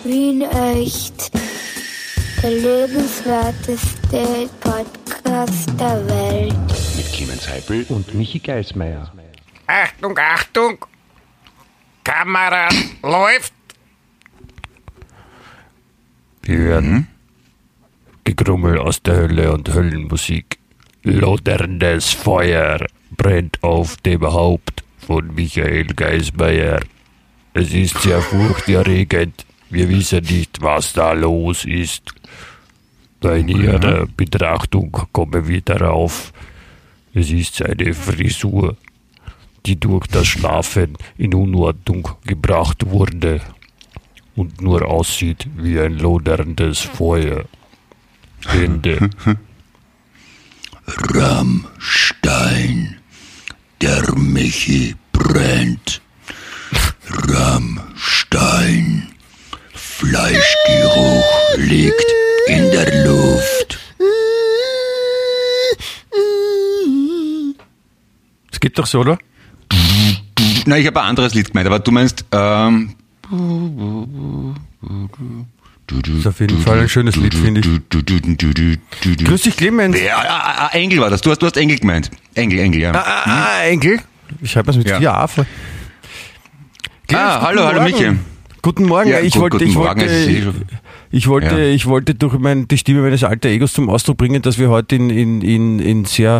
Wien echt. Der lebenswerteste Podcast der Welt. Mit Clemens Heipel und Michi Geismeier. Achtung, Achtung! Kamera läuft! Wir hören Gegrummel aus der Hölle und Höllenmusik. Loderndes Feuer brennt auf dem Haupt von Michael Geismeier. Es ist sehr furchterregend. Wir wissen nicht, was da los ist. Bei näherer Betrachtung kommen wir darauf. Es ist seine Frisur, die durch das Schlafen in Unordnung gebracht wurde und nur aussieht wie ein loderndes Feuer. Ende. Rammstein, der Michi brennt. Rammstein, Fleischgeruch liegt in der Luft. Es geht doch so, oder? Nein, ich habe ein anderes Lied gemeint, aber du meinst, Das ist auf jeden Fall ein schönes Lied, finde ich. Grüß dich, Clemens. Ja, Engel war das. Du hast Engel gemeint. Engel, ja. Engel. Ich schreibe das mit 4a vor. Clemens, hallo Michi. Guten Morgen. Ja, ich wollte durch die Stimme meines alter Egos zum Ausdruck bringen, dass wir heute in sehr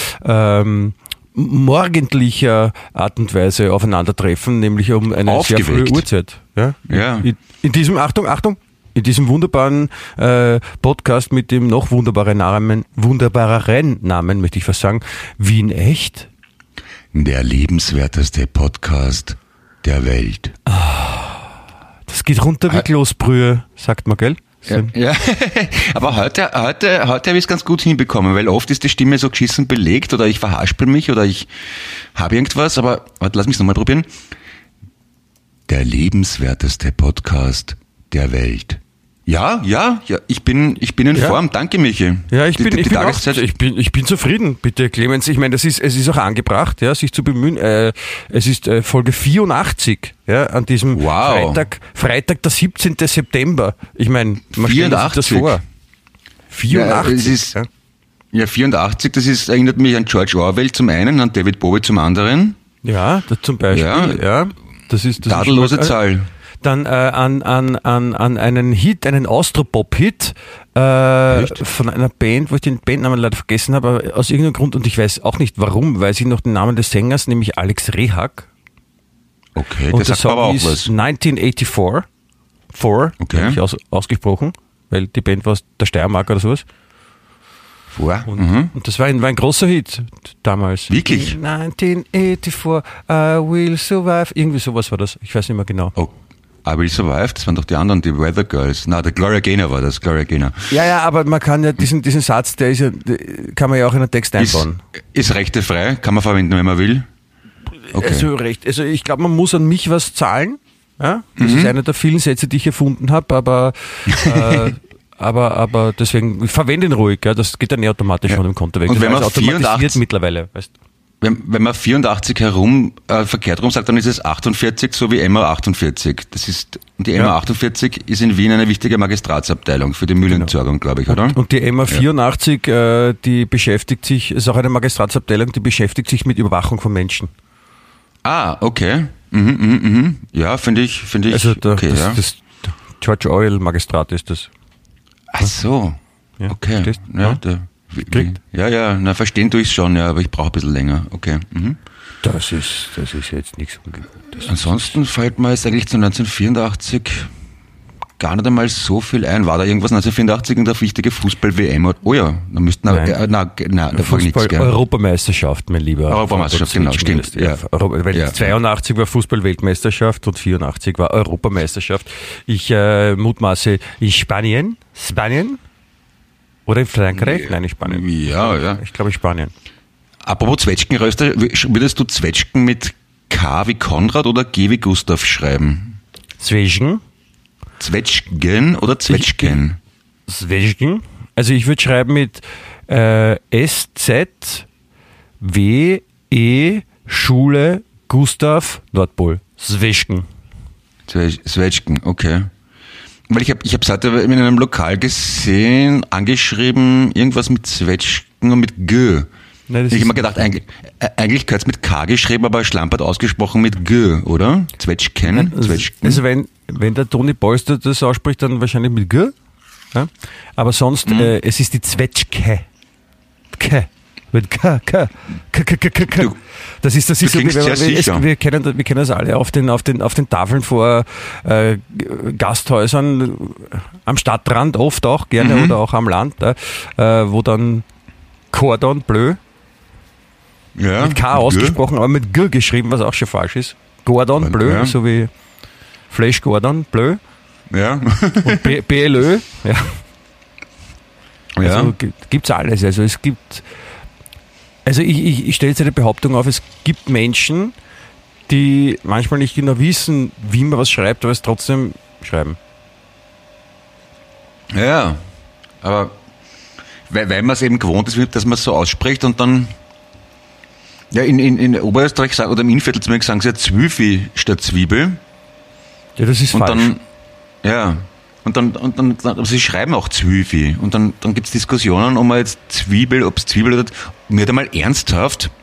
morgendlicher Art und Weise aufeinandertreffen, nämlich um eine Aufgeweckt. sehr frühe Uhrzeit. Ja? Ja. In diesem, Achtung, in diesem wunderbaren Podcast mit dem noch wunderbareren Namen, möchte ich fast sagen, Wien echt. Der lebenswerteste Podcast der Welt. Das geht runter wie Kloßbrühe, sagt man, gell? Ja. Aber heute habe ich es ganz gut hinbekommen, weil oft ist die Stimme so geschissen belegt oder ich verhaspel mich oder ich habe irgendwas, aber warte, lass mich es nochmal probieren. Der lebenswerteste Podcast der Welt. Ja, ich bin in Form, danke Michi. Ja, ich bin zufrieden, bitte Clemens. Ich meine, es ist auch angebracht, ja, sich zu bemühen. Es ist Folge 84, ja, an diesem Freitag, der 17. September. Ich meine, man stellt sich das vor. 84. Ja, 84, erinnert mich an George Orwell zum einen, an David Bowie zum anderen. Ja, zum Beispiel, ja. Das ist tadellose Zahl. Dann an einen Hit, einen Austropop-Hit von einer Band, wo ich den Bandnamen leider vergessen habe, aber aus irgendeinem Grund, und ich weiß auch nicht warum, weiß ich noch den Namen des Sängers, nämlich Alex Rehak. Okay, und das sagt aber auch was. 1984, habe ich ausgesprochen, weil die Band war aus der Steiermark oder sowas. Und das war ein großer Hit damals. Wirklich? 1984, I will survive. Irgendwie sowas war das. Ich weiß nicht mehr genau. Oh, I will survive, das waren doch die anderen, die Weather Girls. Na, der Gloria Gaynor war das, Gloria Gaynor. Ja, aber man kann ja diesen Satz, kann man ja auch in einen Text einbauen. Ist rechtefrei, kann man verwenden, wenn man will. Okay. Also ich glaube, man muss an mich was zahlen. Ja? Das ist einer der vielen Sätze, die ich erfunden habe, aber aber deswegen, ich verwende ihn ruhig, ja, das geht dann automatisch von dem Konto weg. Und wenn man automatisiert mittlerweile, weißt du. Wenn man 84 verkehrt rum sagt, dann ist es 48, so wie Emma 48. Die Emma 48 ist in Wien eine wichtige Magistratsabteilung für die Müllentsorgung, glaube ich, oder? Und die Emma 84, die beschäftigt sich, ist auch eine Magistratsabteilung, die beschäftigt sich mit Überwachung von Menschen. Ah, okay. Ja, finde ich. Also das George Orwell Magistrat ist das. Ach so. Ja, okay. Ja, verstehen tue ich es schon, ja, aber ich brauche ein bisschen länger. Okay. Das ist jetzt nichts Ungewöhnliches. Ansonsten fällt mir jetzt eigentlich zu 1984 gar nicht einmal so viel ein. War da irgendwas 1984 in der wichtige Fußball-WM? Oh ja, da müssten da Fußball-Europameisterschaft, mein Lieber. Europameisterschaft, genau, stimmt. Ja. 82 war Fußball-Weltmeisterschaft und 84 war Europameisterschaft. Ich mutmaße in Spanien oder in Frankreich? Nein, in Spanien. Ja. Ich glaube in Spanien. Apropos Zwetschgenröster, würdest du Zwetschgen mit K wie Konrad oder G wie Gustav schreiben? Zwetschgen oder Zwetschgen? Zwetschgen. Also ich würde schreiben mit SZWE Schule Gustav Nordpol. Zwetschgen. Zwetschgen, okay. Weil ich hab heute in einem Lokal gesehen, angeschrieben, irgendwas mit Zwetschgen und mit G. Nein, Ich habe mir gedacht, eigentlich gehört es mit K geschrieben, aber schlampert ausgesprochen mit G, oder? Zwetschgen? Zwetschgen. Also wenn der Toni Polster das ausspricht, dann wahrscheinlich mit G. Ja? Aber sonst, es ist die Zwetschge. K. Mit K. Das ist so, klingst sehr sicher. wir kennen das alle auf den Tafeln vor Gasthäusern am Stadtrand, oft auch gerne oder auch am Land, wo dann Cordon Bleu Ja, mit K ausgesprochen, aber mit G geschrieben, was auch schon falsch ist. Cordon Bleu, ja. so wie Fleisch Cordon Bleu Ja. und BLÖ. Ja. Ja. Also gibt's alles. Also es gibt. Also ich stelle jetzt eine Behauptung auf, es gibt Menschen, die manchmal nicht genau wissen, wie man was schreibt, aber es trotzdem schreiben. Ja, aber weil man es eben gewohnt ist, dass man es so ausspricht und dann, ja, in Oberösterreich oder im Innviertel zumindest sagen sie ja Zwüfi statt Zwiebel. Ja, das ist Und falsch. dann, ja, und dann, aber sie schreiben auch Zwüfi. Und dann gibt es Diskussionen, ob man jetzt Zwiebel, ob es Zwiebel oder, mir hat einmal ernsthaft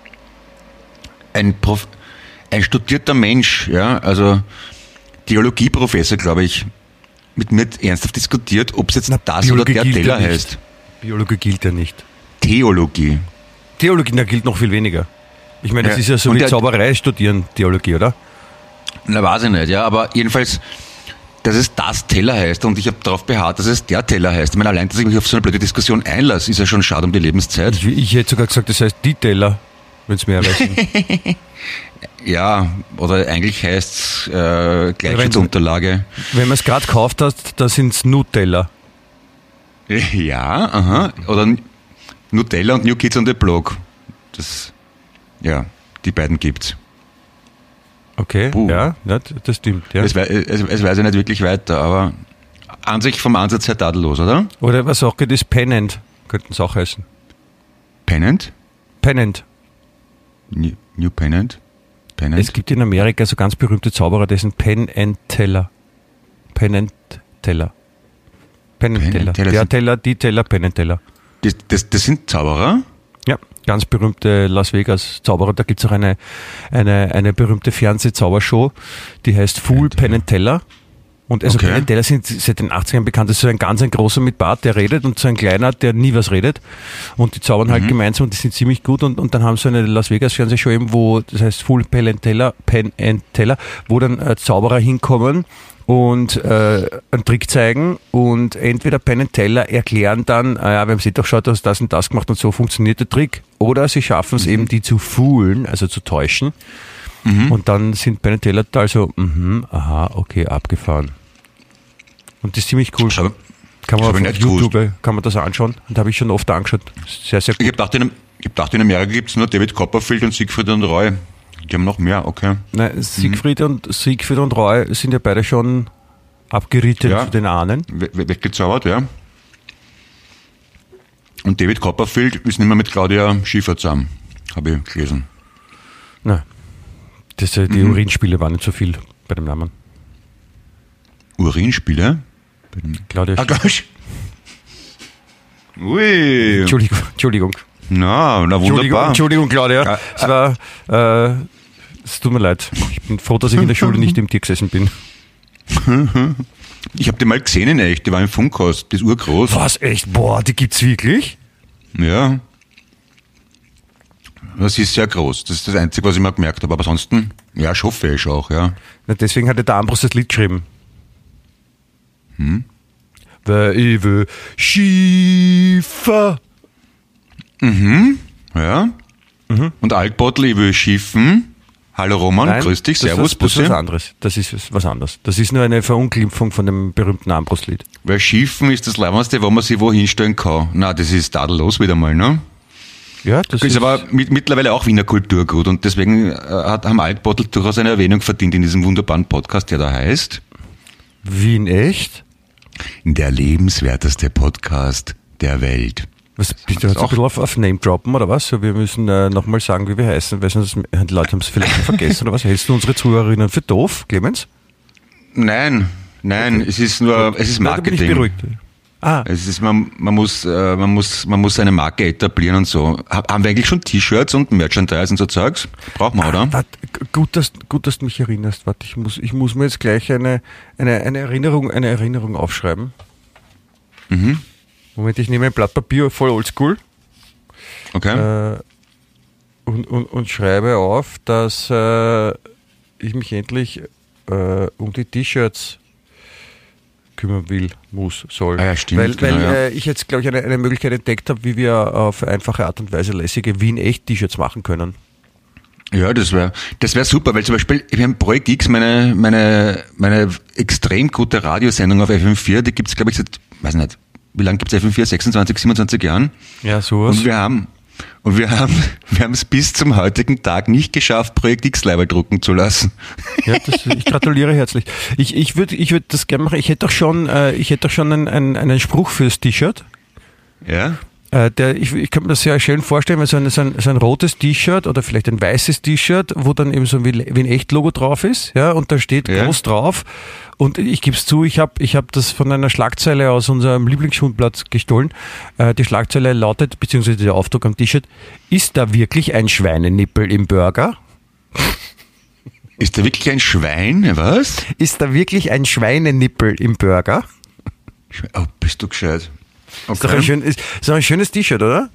ein studierter Mensch, ja, also Theologieprofessor, glaube ich, mit mir ernsthaft diskutiert, ob es jetzt das oder der gilt Teller ja nicht. heißt. Biologie gilt ja nicht. Theologie. Theologie, na, gilt noch viel weniger. Ich meine, das Ja. ist ja so Und wie der- Zauberei studieren, Theologie, oder? Na, weiß ich nicht, ja, aber jedenfalls, dass es das Teller heißt und ich habe darauf beharrt, dass es der Teller heißt. Ich meine, allein, dass ich mich auf so eine blöde Diskussion einlasse, ist ja schon schade um die Lebenszeit. Ich hätte sogar gesagt, das heißt die Teller, wenn es mehr wissen. Ja, oder eigentlich heißt es Gleichschutzunterlage. Wenn man es gerade gekauft hat, da sind es Nutella. Ja, aha. Oder Nutella und New Kids on the Block. Das, ja, die beiden gibt's. Okay, Puh. ja, das stimmt. Ja. Es weiß ja nicht wirklich weiter, aber an sich vom Ansatz her tadellos, oder? Oder was auch geht, ist Pennant, könnten es auch heißen. Pennant? Pennant. New Pennant? Pennant? Es gibt in Amerika so ganz berühmte Zauberer, dessen Penn and Teller. Penn and Teller. Penn and Penn and Teller. Teller Der sind- Teller, die Teller, Penn and Teller. Das sind Zauberer? Ja, ganz berühmte Las Vegas Zauberer. Da gibt es auch eine berühmte Fernsehzaubershow, die heißt Fool Penn and Teller. Und also Okay. Penn and Teller sind seit den 80ern bekannt. Das ist so ein großer mit Bart, der redet, und so ein kleiner, der nie was redet. Und die zaubern halt gemeinsam und die sind ziemlich gut. Und dann haben sie eine Las Vegas Fernsehshow eben, wo, das heißt Fool Penn and Teller, wo dann Zauberer hinkommen und einen Trick zeigen und entweder Penn and Teller erklären dann, ja, wir haben sie doch geschaut, du hast das und das gemacht und so funktioniert der Trick. Oder sie schaffen es eben, die zu foolen, also zu täuschen. Und dann sind Penn and Teller total so, aha, okay, abgefahren. Und das ist ziemlich cool. Schau, Kann man hab auf ich nicht YouTube kann man das anschauen. Und da habe ich schon oft angeschaut. Sehr, sehr gut. ich hab gedacht, in Amerika gibt es nur David Copperfield und Siegfried und Roy. Die haben noch mehr, okay. Nein, Siegfried und Roy sind ja beide schon abgeritten Ja. zu den Ahnen. Weggezaubert, ja. Und David Copperfield ist nicht mehr mit Claudia Schiffer zusammen, habe ich gelesen. Nein. Die Urinspiele waren nicht so viel bei dem Namen. Urinspiele? Claudia Ah, gleich. Ui. Entschuldigung. Na wunderbar. Entschuldigung, Claudia. Es tut mir leid. Ich bin froh, dass ich in der Schule nicht im Tier gesessen bin. Ich habe die mal gesehen in echt, die war im Funkhaus, die ist urgroß. Was, echt? Boah, die gibt's wirklich? Ja. Das ist sehr groß, das ist das Einzige, was ich mir gemerkt habe. Aber ansonsten, ja, Chauffeur auch, ja. Na, deswegen hat ja der Ambros das Lied geschrieben. Weil ich will Schiefer. Ja. Und Altbottel, ich will schiffen. Hallo Roman, grüß dich, servus, das ist was Bussi. anderes. Das ist was anderes. Das ist nur eine Verunglimpfung von dem berühmten Ambros-Lied. Weil Schiffen ist das Leibendste, wo man sich wo hinstellen kann. Na, das ist tadellos wieder mal, ne? Ja, das Ist aber mittlerweile auch Wiener Kulturgut und deswegen haben Altbottel durchaus eine Erwähnung verdient in diesem wunderbaren Podcast, der da heißt Wien echt? Der lebenswerteste Podcast der Welt. Was, bist du jetzt ein bisschen auf Name droppen oder was? So, wir müssen nochmal sagen, wie wir heißen, weil sonst die Leute haben es vielleicht schon vergessen oder was? Hältst du unsere Zuhörerinnen für doof, Clemens? Nein, Nein, es ist Da bin ich Marketing. beruhigt. Ah, Es ist, man muss eine Marke etablieren und so. Haben wir eigentlich schon T-Shirts und Merchandise und so Zeugs? Brauchen wir, oder? warte, gut, dass du mich erinnerst. Warte, ich muss mir jetzt gleich eine Erinnerung aufschreiben. Moment, ich nehme ein Blatt Papier, voll oldschool, Okay. und schreibe auf, dass ich mich endlich um die T-Shirts kümmern will, soll. Ah ja, stimmt, Weil genau, ja. ich jetzt, glaube ich, eine Möglichkeit entdeckt habe, wie wir auf einfache Art und Weise lässige Wien-Echt-T-Shirts machen können. Ja, das wär super, weil zum Beispiel, wir haben Projekt X, meine extrem gute Radiosendung auf FM4, die gibt's, glaube ich, seit, weiß nicht, wie lange gibt's FM4? 26, 27 Jahren? Ja, sowas. Und wir haben es bis zum heutigen Tag nicht geschafft, Projekt X-Leiber drucken zu lassen. Ja, ich gratuliere herzlich. Ich würde das gerne machen. Ich hätte doch schon einen Spruch fürs T-Shirt. Ja? Ich kann mir das sehr schön vorstellen, weil so ein rotes T-Shirt oder vielleicht ein weißes T-Shirt, wo dann eben so wie ein Echt-Logo drauf ist, ja, und da steht groß drauf. Und ich gebe es zu, ich hab das von einer Schlagzeile aus unserem Lieblingsschundplatz gestohlen. Die Schlagzeile lautet, beziehungsweise der Aufdruck am T-Shirt: Ist da wirklich ein Schweinenippel im Burger? Ist da wirklich ein Schwein? Was? Ist da wirklich ein Schweinenippel im Burger? Oh, bist du gescheit. Ist doch ist doch ein schönes T-Shirt, oder?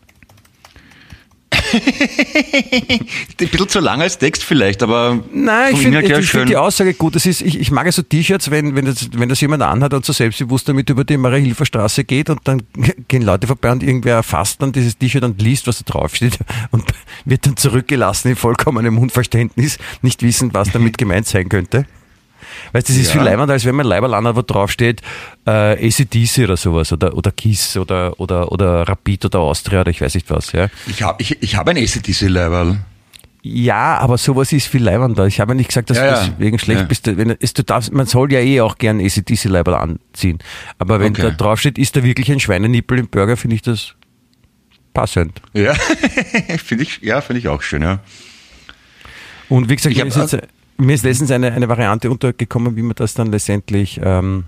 Ein bisschen zu lang als Text vielleicht, aber Nein, ich vom Inhalt her finde schön. die Aussage gut. Ich mag ja so T-Shirts, wenn das jemand anhat und so selbstbewusst damit über die Maria-Hilfer Straße geht und dann gehen Leute vorbei und irgendwer erfasst dann dieses T-Shirt und liest, was da draufsteht und wird dann zurückgelassen in vollkommenem Unverständnis, nicht wissend, was damit gemeint sein könnte. Weißt du, das ist viel leibender, als wenn man ein Leiberl anhat, wo draufsteht AC/DC oder sowas oder KISS oder Rapid oder Austria oder ich weiß nicht was. Ja, Ich hab ein AC/DC-Leiberl. ja, aber sowas ist viel leibender. Ich habe ja nicht gesagt, dass Ja, du ja. deswegen schlecht Ja. bist. Du darfst, man soll ja auch gern AC/DC-Leiberl anziehen. Aber wenn Okay. da draufsteht, ist da wirklich ein Schweinenippel im Burger, finde ich das passend. Ja, finde ich auch schön, ja. Und wie gesagt, Ich mir ist letztens eine Variante untergekommen, wie man das dann letztendlich, wie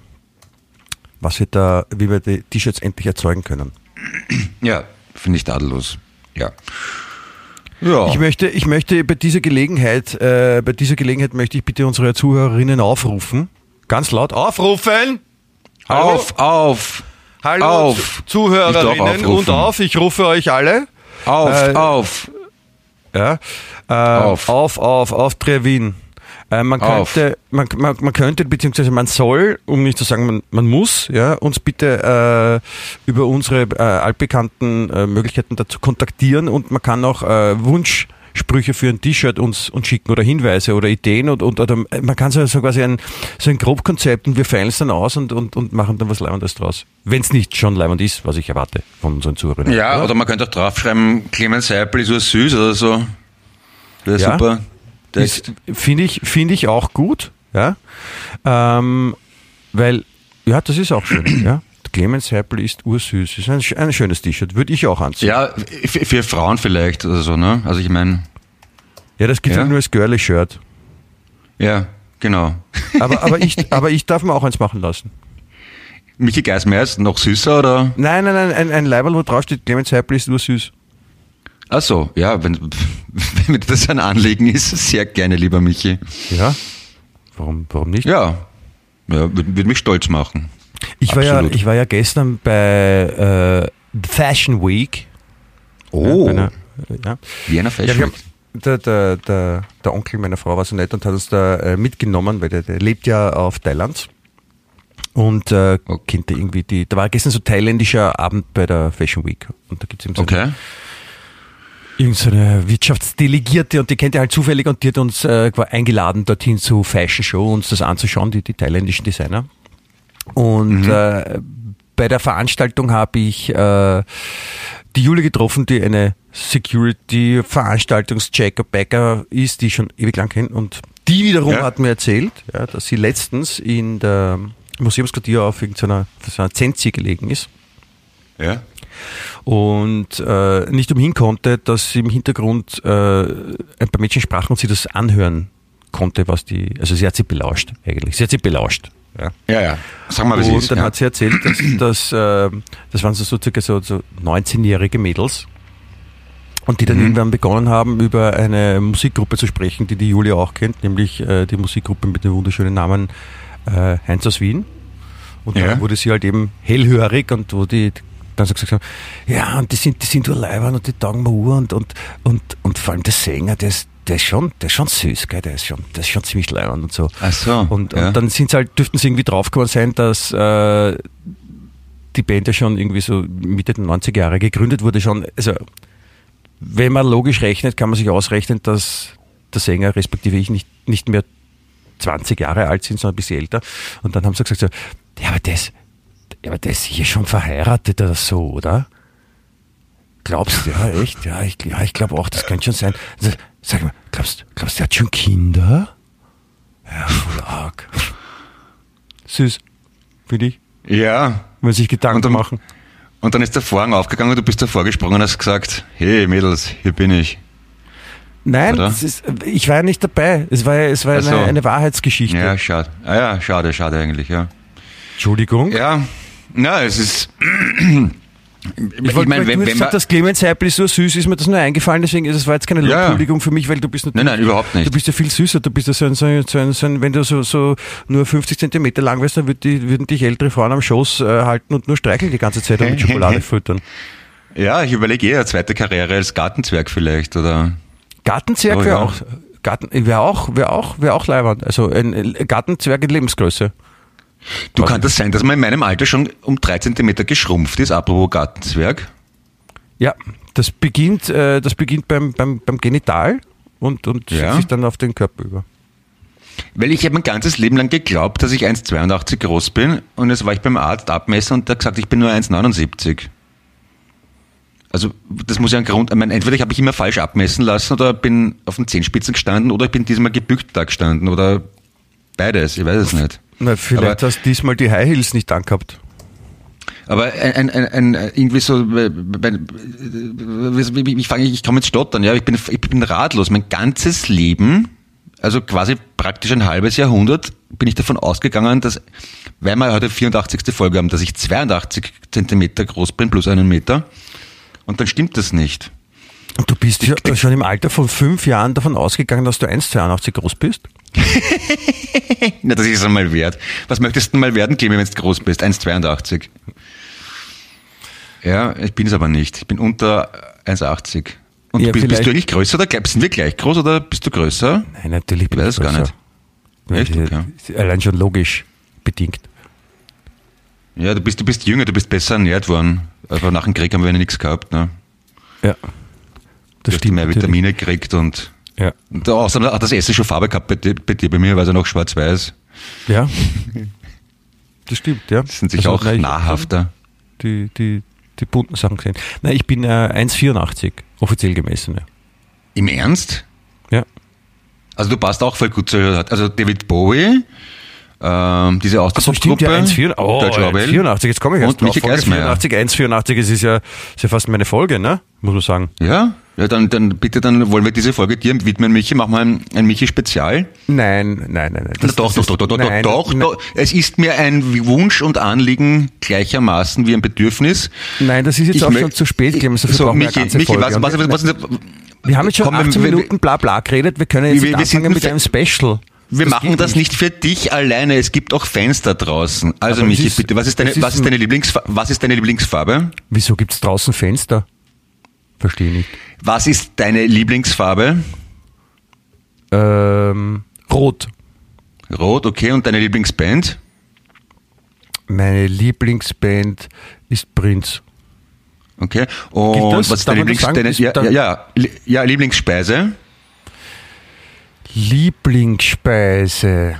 wir die T-Shirts endlich erzeugen können. Ja, finde ich tadellos. Ja. Ja. Ich möchte bei dieser Gelegenheit möchte ich bitte unsere Zuhörerinnen aufrufen. Ganz laut aufrufen! Hallo? Auf! Hallo, Auf! Zuhörerinnen Ich darf aufrufen. und auf, ich rufe euch alle. Auf! Ja, auf Trevin. Man Auf. könnte, beziehungsweise man soll, um nicht zu sagen, man muss, ja, uns bitte über unsere altbekannten Möglichkeiten dazu kontaktieren und man kann auch Wunschsprüche für ein T-Shirt uns schicken oder Hinweise oder Ideen oder man kann so quasi ein Grobkonzept und wir feilen es dann aus und machen dann was Leibendes draus. Wenn es nicht schon leibend ist, was ich erwarte von unseren Zuhörern. Ja, oder man könnte auch draufschreiben, Clemens Seipel ist so süß oder so. Wäre Ja. super. Text. Finde ich auch gut, ja, weil, ja, das ist auch schön, ja. Clemens Heipel ist ursüß, ist ein schönes T-Shirt, würde ich auch anziehen. Ja, für Frauen vielleicht oder so, ne? Also ich meine, Ja, das gibt Ja. nur als Girly-Shirt. ja, genau. Aber ich darf mir auch eins machen lassen. Michi Geismeier ist noch süßer, oder? Nein, ein Leiberl, wo drauf steht, Clemens Heipel ist ursüß. Ach so, ja, wenn das ein Anliegen ist, sehr gerne, lieber Michi. Ja, warum nicht? Ja, würde mich stolz machen. Ich war absolut. ja gestern bei Fashion Week. Oh, Ja, ja. Vienna Ja, Fashion wir Week. haben, der Onkel meiner Frau war so nett und hat uns da mitgenommen, weil der lebt ja auf Thailand. Und kennt der irgendwie da war gestern so thailändischer Abend bei der Fashion Week. Und da gibt es eben so Okay. irgendeine Wirtschaftsdelegierte und die kennt er halt zufällig und die hat uns eingeladen dorthin zu Fashion Show, uns das anzuschauen, die thailändischen Designer. Und bei der Veranstaltung habe ich die Julia getroffen, die eine Security-Veranstaltungschecker-Backer ist, die ich schon ewig lang kenne. Und die wiederum hat mir erzählt, ja, dass sie letztens in der Museumsquartier auf irgendeiner Zenzi gelegen ist. Ja. Und nicht umhin konnte, dass sie im Hintergrund ein paar Mädchen sprachen und sie das anhören konnte, also sie hat sie belauscht eigentlich. Sie hat sie belauscht. Ja. Ja. Sag mal, was Und ist. dann Ja. hat sie erzählt, das waren so circa so 19-jährige Mädels. Und die dann irgendwann begonnen haben, über eine Musikgruppe zu sprechen, die Julia auch kennt, nämlich die Musikgruppe mit dem wunderschönen Namen Heinz aus Wien. Und dann wurde sie halt eben hellhörig und wo die dann so gesagt haben, ja, und die sind urleibern und die taugen mir Uhr und vor allem der Sänger, der ist schon süß, gell? Der ist schon ziemlich leibern und so. Ach so. Und dann dürften sie irgendwie draufgekommen sein, dass die Band ja schon irgendwie so Mitte der 90er Jahre gegründet wurde schon. Also wenn man logisch rechnet, kann man sich ausrechnen, dass der Sänger respektive ich nicht mehr 20 Jahre alt sind, sondern ein bisschen älter. Und dann haben sie gesagt so, ja, aber der ist hier schon verheiratet oder so, oder? Glaubst du, ja, echt? Ja, ich glaube auch, das könnte schon sein. Also, sag mal, glaubst du, der hat schon Kinder? Ja, voll arg. Süß, finde ich. Ja. Wenn sich Gedanken machen. Und dann ist der Vorhang aufgegangen und du bist davor gesprungen und hast gesagt, hey Mädels, hier bin ich. Nein, ich war ja nicht dabei. Es war eine Wahrheitsgeschichte. Ja, schade. Schade eigentlich, ja. Entschuldigung. Ja, es ist... Ich meine, wenn du jetzt sagst, das Clemens Heipel ist so süß, ist mir das nur eingefallen, deswegen das war jetzt keine Lobhuldigung für mich, weil du bist natürlich... Nein, überhaupt nicht. Du bist ja viel süßer, du bist ja so ein wenn du so nur 50 Zentimeter lang wärst, dann würden dich ältere Frauen am Schoß halten und nur streicheln die ganze Zeit und mit Schokolade füttern. Ja, ich überlege eine zweite Karriere als Gartenzwerg vielleicht, oder... Gartenzwerg wäre auch leibernd. Also ein Gartenzwerg in Lebensgröße. Du, kann das sein, dass man in meinem Alter schon um 3 Zentimeter geschrumpft ist, apropos Gartenzwerg? Ja, das beginnt beim Genital und zieht sich dann auf den Körper über. Weil ich habe mein ganzes Leben lang geglaubt, dass ich 1,82 groß bin und jetzt war ich beim Arzt abmessen und der hat gesagt, ich bin nur 1,79. Also das muss ja ein Grund, ich meine, entweder ich habe mich immer falsch abmessen lassen oder bin auf den Zehenspitzen gestanden oder ich bin diesmal gebückt da gestanden oder beides, ich weiß es nicht. Na, vielleicht hast du diesmal die High Heels nicht angehabt. Aber irgendwie so, ich komme jetzt stottern, ja, ich bin ratlos. Mein ganzes Leben, also quasi praktisch ein halbes Jahrhundert, bin ich davon ausgegangen, dass, weil wir heute 84. Folge haben, dass ich 82 Zentimeter groß bin, plus 1 Meter. Und dann stimmt das nicht. Und du bist schon im Alter von 5 Jahren davon ausgegangen, dass du 1,82 groß bist? Na, das ist einmal wert. Was möchtest du denn mal werden, Clemens, wenn du groß bist? 1,82. Ja, ich bin es aber nicht. Ich bin unter 1,80. Und Ja, bist du vielleicht- eigentlich größer oder sind wir gleich groß oder bist du größer? Nein, natürlich bin Ich weiß es gar größer. nicht. Echt? Okay. Allein schon logisch bedingt. Ja, du bist jünger, du bist besser ernährt worden. Aber nach dem Krieg haben wir nichts gehabt. Ne? Ja. Du hast mehr Vitamine gekriegt und Ja. außerdem hat das Essen schon Farbe gehabt bei mir war es ja noch schwarz-weiß. Ja. Das stimmt, ja. Das sind sicher auch nein, ich- nahrhafter. Die bunten Sachen gesehen. Nein, ich bin 1,84, offiziell gemessen. Ja. Im Ernst? Ja. Also du passt auch voll gut zu, also David Bowie, diese Achso, stimmt, Austropop-Gruppe, ja, 1,84. Oh, Deutsche Orwell 1,84, jetzt komme ich erst und Michi Folge Geismeier. 1,84, es ist ja fast meine Folge, ne? Muss man sagen. Ja, dann bitte, dann wollen wir diese Folge dir widmen, Michi, machen wir ein Michi-Spezial. Nein. Doch. Es ist mir ein Wunsch und Anliegen gleichermaßen wie ein Bedürfnis. Nein, das ist jetzt auch schon zu spät, Clemens. Dafür brauchen wir eine ganze Folge. Wir haben jetzt schon 18 Minuten bla bla geredet, wir können jetzt nicht anfangen mit einem Special. Wir machen das nicht für dich alleine, es gibt auch Fans da draußen. Also Aber Michi, es ist- bitte, was ist deine Lieblingsfarbe? Wieso gibt es draußen Fenster? Verstehe nicht. Was ist deine Lieblingsfarbe? Rot. Rot, okay. Und deine Lieblingsband? Meine Lieblingsband ist Prinz. Okay. Gilt Und das? was ist Darf deine man das sagen? Lieblingsspeise? Lieblingsspeise.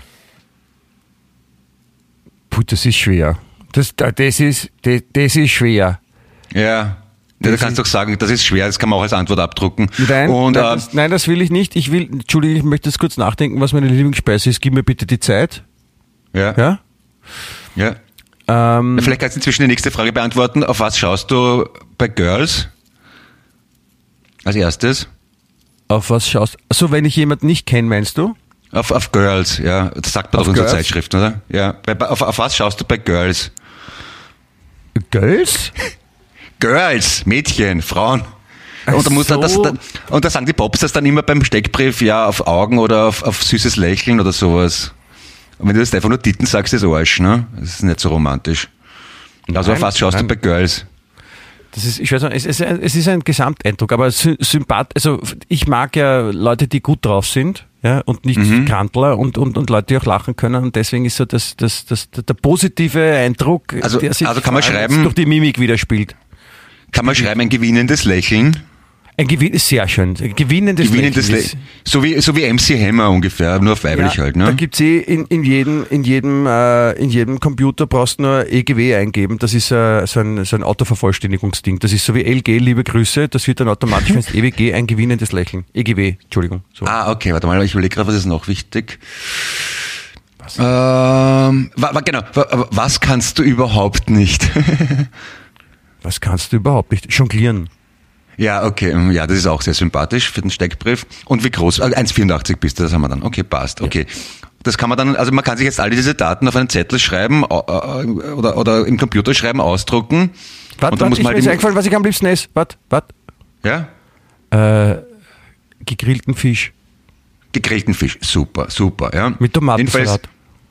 Puh, das ist schwer. Das ist schwer. Ja. Du kannst doch sagen, das ist schwer, das kann man auch als Antwort abdrucken. Nein, das will ich nicht. Entschuldigung, ich möchte jetzt kurz nachdenken, was meine Lieblingsspeise ist. Gib mir bitte die Zeit. ja. Ja? Vielleicht kannst du inzwischen die nächste Frage beantworten. Auf was schaust du bei Girls? Als erstes? Auf was schaust du? Also wenn ich jemanden nicht kenne, meinst du? Auf Girls, ja. Das sagt man Auf doch in unserer Girls? Zeitschrift, oder? Ja. Auf was schaust du bei Girls? Girls? Girls, Mädchen, Frauen. Und so. da sagen die Popstars dann immer beim Steckbrief, ja, auf Augen oder auf süßes Lächeln oder sowas. Und wenn du das einfach nur Titten sagst, ist Arsch, ne? Das ist nicht so romantisch. Also auf was schaust du bei Girls? Das ist, ich weiß nicht, es ist ein Gesamteindruck, aber also ich mag ja Leute, die gut drauf sind, ja, und nicht Krantler und Leute, die auch lachen können, und deswegen ist so der positive Eindruck, Also kann man schreiben, durch die Mimik widerspiegelt. Kann man schreiben, ein gewinnendes Lächeln? Sehr schön. Ein gewinnendes Lächeln. So wie MC Hammer ungefähr, nur auf weiblich halt, ne? Da gibt's in jedem Computer brauchst du nur EGW eingeben. Das ist so ein Autovervollständigungsding. Das ist so wie LG, liebe Grüße. Das wird dann automatisch, wenn es EWG, ein gewinnendes Lächeln. EGW, Entschuldigung. So. Ah, okay, warte mal, ich überlege gerade, was ist noch wichtig? Was? Genau, was kannst du überhaupt nicht? Was kannst du überhaupt nicht? Jonglieren. Ja, okay, ja, das ist auch sehr sympathisch für den Steckbrief. Und wie groß? 1,84 bist du, das haben wir dann. Okay, passt, okay. Das kann man dann, also man kann sich jetzt alle diese Daten auf einen Zettel schreiben oder im Computer schreiben, ausdrucken. Warte, mir ist eingefallen, was ich am liebsten esse. Warte. Ja? Gegrillten Fisch. Gegrillten Fisch, super, ja. Mit Tomatensalat.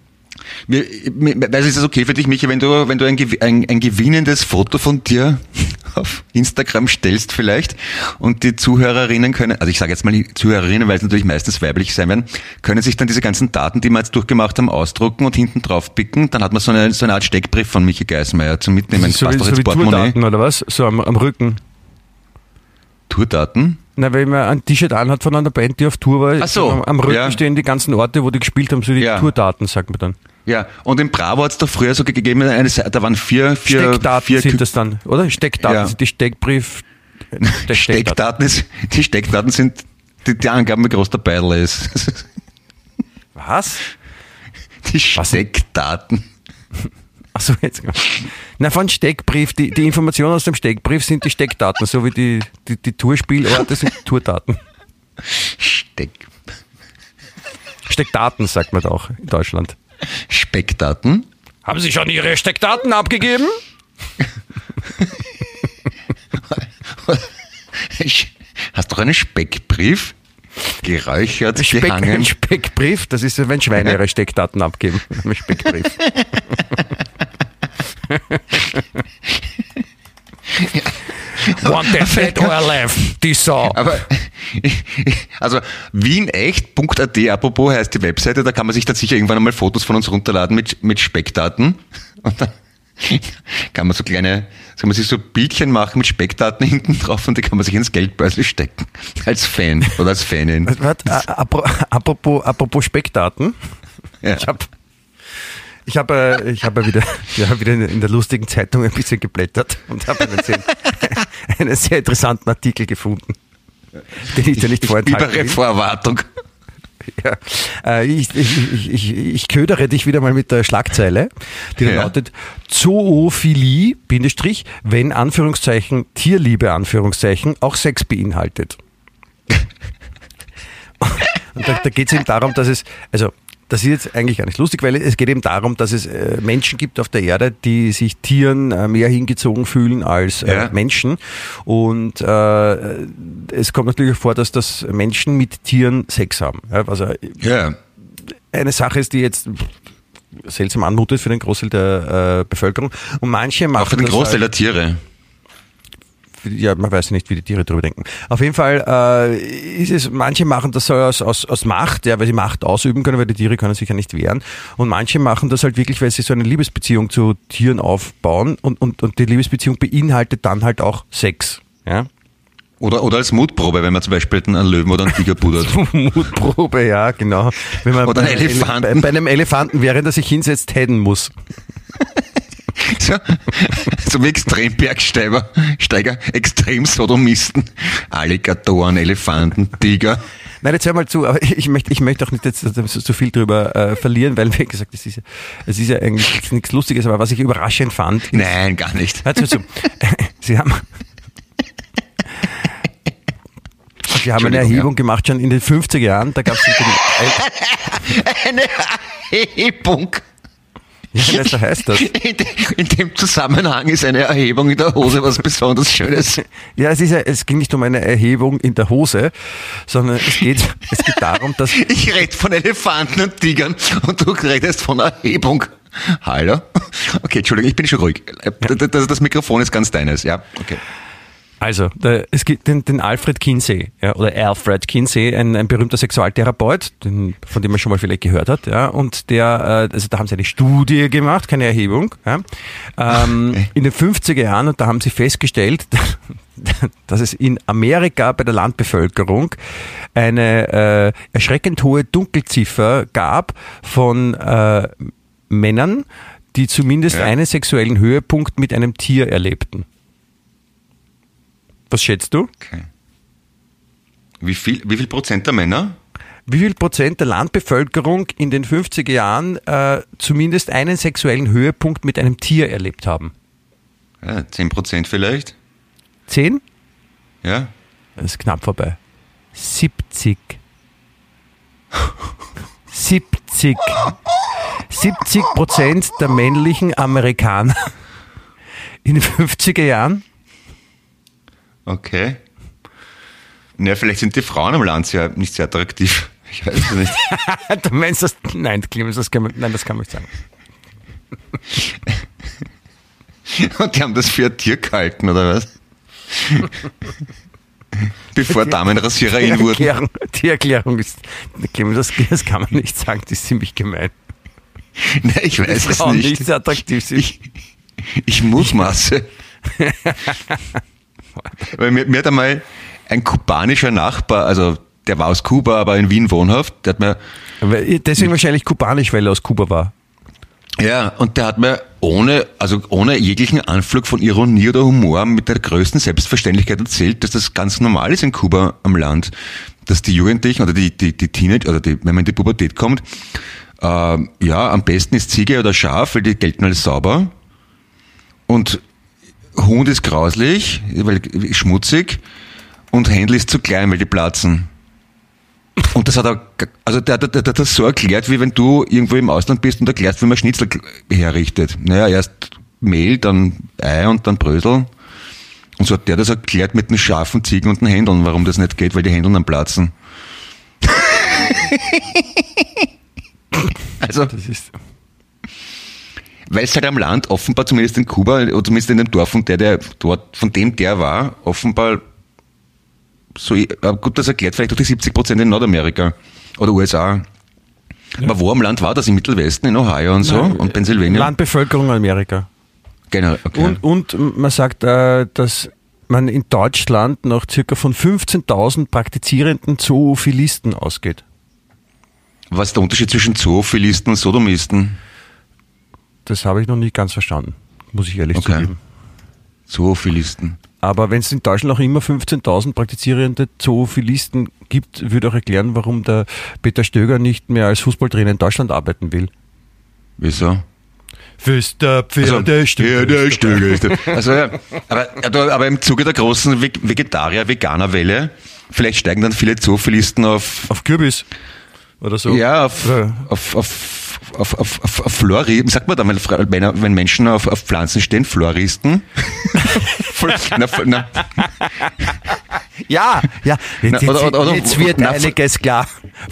Ist es okay für dich, Michi, wenn du ein gewinnendes Foto von dir auf Instagram stellst vielleicht und die Zuhörerinnen können, also ich sage jetzt mal die Zuhörerinnen, weil es natürlich meistens weiblich sein werden, können sich dann diese ganzen Daten, die wir jetzt durchgemacht haben, ausdrucken und hinten drauf picken. Dann hat man so eine Art Steckbrief von Michi Geismeier zum Mitnehmen. So wie Tourdaten oder was? So am Rücken. Tourdaten? Na, wenn man ein T-Shirt anhat von einer Band, die auf Tour war, ach so, am Rücken ja. Stehen die ganzen Orte, wo die gespielt haben, so die Tourdaten, sagt man dann. Ja, und im Bravo hat es doch früher so gegeben, da waren vier Steckdaten sind das dann, oder? Steckdaten sind die Steckbrief. Die Steckdaten sind die Angaben, wie groß der Beidel ist. Was? Die Steckdaten. Achso, jetzt. Na, von Steckbrief, die Informationen aus dem Steckbrief sind die Steckdaten, so wie die Tourspielorte sind Tourdaten. Steckdaten sagt man da auch in Deutschland. Speckdaten? Haben Sie schon Ihre Steckdaten abgegeben? Hast du einen Speckbrief? Geräuchert, gehangen. Ein Speckbrief, das ist, wenn Schweine ihre Steckdaten abgeben. Ein Speckbrief. Want that fat or alive, die Sau. Aber, also, wienecht.at, apropos heißt die Webseite, da kann man sich dann sicher irgendwann einmal Fotos von uns runterladen mit Speckdaten. Und dann kann man sich so Bildchen machen mit Speckdaten hinten drauf und die kann man sich ins Geldbörsel stecken. Als Fan oder als Fanin. Apropos Speckdaten. Ja. Ich habe wieder in der lustigen Zeitung ein bisschen geblättert und habe einen sehr interessanten Artikel gefunden, den ich dir nicht vorenthalten will. Über Vorwartung. Ja, ich ködere dich wieder mal mit der Schlagzeile, die lautet Zoophilie, wenn Anführungszeichen, Tierliebe, Anführungszeichen, auch Sex beinhaltet. Und da geht es eben darum, dass es, also das ist jetzt eigentlich gar nicht lustig, weil es geht eben darum, dass es Menschen gibt auf der Erde, die sich Tieren mehr hingezogen fühlen als Menschen. Und es kommt natürlich vor, dass Menschen mit Tieren Sex haben. Also eine Sache ist, die jetzt seltsam anmutet für den Großteil der Bevölkerung. Und manche machen auch für den Großteil der Tiere. Ja, man weiß nicht, wie die Tiere drüber denken. Auf jeden Fall ist es, manche machen das so aus Macht, ja, weil sie Macht ausüben können, weil die Tiere können sich ja nicht wehren. Und manche machen das halt wirklich, weil sie so eine Liebesbeziehung zu Tieren aufbauen und die Liebesbeziehung beinhaltet dann halt auch Sex. Ja? Oder als Mutprobe, wenn man zum Beispiel einen Löwen oder einen Tiger pudert. Mutprobe, ja, genau. Wenn man oder einen Elefanten. Bei einem Elefanten, während er sich hinsetzt, headen muss. So wie Extrembergsteiger, Extremsodomisten, Alligatoren, Elefanten, Tiger. Nein, jetzt hör mal zu, aber ich möchte auch nicht jetzt so viel drüber verlieren, weil, wie gesagt, es ist ja eigentlich nichts Lustiges, aber was ich überraschend fand. Nein, gar nicht. Hör zu. Sie haben wir haben eine Erhebung gemacht schon in den 50er Jahren, da gab es eine Erhebung. Ja, so heißt das. In dem Zusammenhang ist eine Erhebung in der Hose was besonders Schönes. Ja, es ging nicht um eine Erhebung in der Hose, sondern es geht darum, dass... Ich rede von Elefanten und Tigern und du redest von Erhebung. Hallo? Okay, Entschuldigung, ich bin schon ruhig. Das Mikrofon ist ganz deines, ja, okay. Also, es gibt den Alfred Kinsey, ja, oder Alfred Kinsey, ein berühmter Sexualtherapeut, von dem man schon mal vielleicht gehört hat, ja, und da haben sie eine Studie gemacht, keine Erhebung, ja, in den 50er Jahren, und da haben sie festgestellt, dass es in Amerika bei der Landbevölkerung eine erschreckend hohe Dunkelziffer gab von Männern, die zumindest einen sexuellen Höhepunkt mit einem Tier erlebten. Was schätzt du? Okay. Wie viel Prozent der Männer? Wie viel Prozent der Landbevölkerung in den 50er Jahren zumindest einen sexuellen Höhepunkt mit einem Tier erlebt haben? Ja, 10% vielleicht. 10? Ja. Das ist knapp vorbei. 70. 70% der männlichen Amerikaner in den 50er Jahren. Okay. Na, vielleicht sind die Frauen am Land nicht sehr attraktiv. Ich weiß es nicht. Du meinst das? Nein, Clemens, das kann man nicht sagen. Und die haben das für ein Tier gehalten, oder was? Bevor Damenrasierer in wurden. Die Erklärung ist, Clemens, das kann man nicht sagen, das ist ziemlich gemein. Nein, ich weiß es Frauen nicht. nicht sehr attraktiv sind. Ich mutmaße. Weil mir hat einmal ein kubanischer Nachbar, also der war aus Kuba, aber in Wien wohnhaft, der hat mir... Deswegen wahrscheinlich kubanisch, weil er aus Kuba war. Ja, und der hat mir ohne jeglichen Anflug von Ironie oder Humor mit der größten Selbstverständlichkeit erzählt, dass das ganz normal ist in Kuba am Land, dass die Jugendlichen oder die Teenager, oder wenn man in die Pubertät kommt, am besten ist Ziege oder Schaf, weil die gelten als sauber. Und Hund ist grauslich, weil schmutzig, und Händel ist zu klein, weil die platzen. Und das hat er, also der hat das so erklärt, wie wenn du irgendwo im Ausland bist und erklärst, wie man Schnitzel herrichtet. Naja, erst Mehl, dann Ei und dann Brösel. Und so hat der das erklärt mit den Schafen, Ziegen und den Händeln, warum das nicht geht, weil die Händeln dann platzen. Also, das ist... Weil es halt am Land offenbar, zumindest in Kuba, oder zumindest in dem Dorf, von dem der war, offenbar so, gut, das erklärt vielleicht auch die 70% in Nordamerika oder USA. Ja. Aber wo am Land war das? Im Mittelwesten, in Ohio und so? Und Pennsylvania? Landbevölkerung in Amerika. Genau, okay. Und man sagt, dass man in Deutschland noch circa von 15.000 praktizierenden Zoophilisten ausgeht. Was ist der Unterschied zwischen Zoophilisten und Sodomisten? Das habe ich noch nicht ganz verstanden, muss ich ehrlich zugeben. Zoophilisten. Aber wenn es in Deutschland noch immer 15.000 praktizierende Zoophilisten gibt, würde auch erklären, warum der Peter Stöger nicht mehr als Fußballtrainer in Deutschland arbeiten will. Wieso? Füster Pferdestöger. Also, ja, aber im Zuge der großen Vegetarier-Veganer-Welle, vielleicht steigen dann viele Zoophilisten auf Kürbis oder so. Ja, auf Floristen, sagt man da, wenn Menschen auf Pflanzen stehen, Floristen. Ja, jetzt wird einiges klar.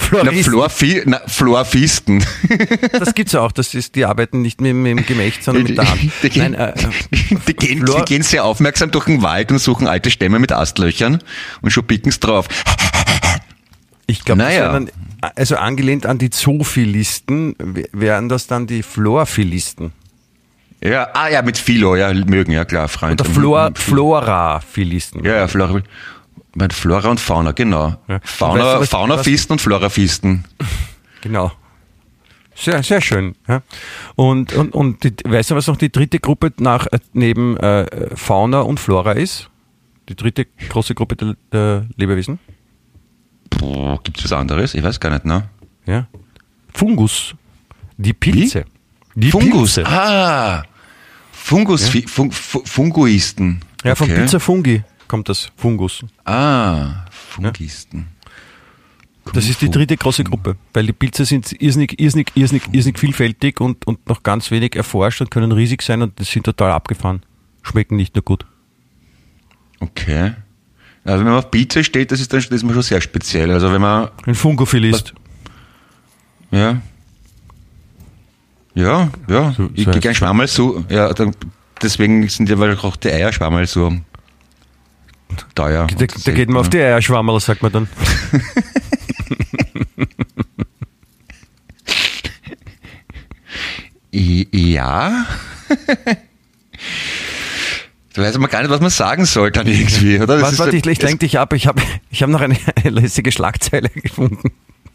Florfisten. Das gibt's auch, die arbeiten nicht mit dem Gemächt, sondern mit der Hand. Die gehen sehr aufmerksam durch den Wald und suchen alte Stämme mit Astlöchern und schon picken's drauf. Ich glaube, also angelehnt an die Zoophilisten, wären das dann die Florphilisten. Ja, mit Philo, ja, mögen, ja klar, Freunde. Oder Floraphilisten. Ja, Flora und Fauna, genau. Ja. Faunafisten und Florafisten. Genau. Sehr, sehr schön. Ja. Und weißt du, was noch die dritte Gruppe neben Fauna und Flora ist? Die dritte große Gruppe der Lebewesen? Gibt es was anderes? Ich weiß gar nicht, ne? Ja. Fungus. Die Pilze. Wie? Die Fungus. Pilze. Fungus. Ja. Funguisten. Ja, von Pizza Fungi kommt das Fungus. Fungisten. Das ist die dritte große Gruppe, weil die Pilze sind irrsinnig vielfältig und noch ganz wenig erforscht und können riesig sein und das sind total abgefahren. Schmecken nicht nur gut. Okay. Also wenn man auf Pilze steht, das ist man schon sehr speziell. Also wenn man... Ein Fungophilist. Ja. So, ich gehe gern Schwammerl so. Ja, deswegen sind ja wahrscheinlich auch die Eierschwammerl so teuer. Da geht man auf die Eierschwammerl, sagt man dann. Ja. Da weiß man gar nicht, was man sagen soll dann irgendwie, oder? Warte, ich lenke dich ab. Ich hab noch eine lässige Schlagzeile gefunden.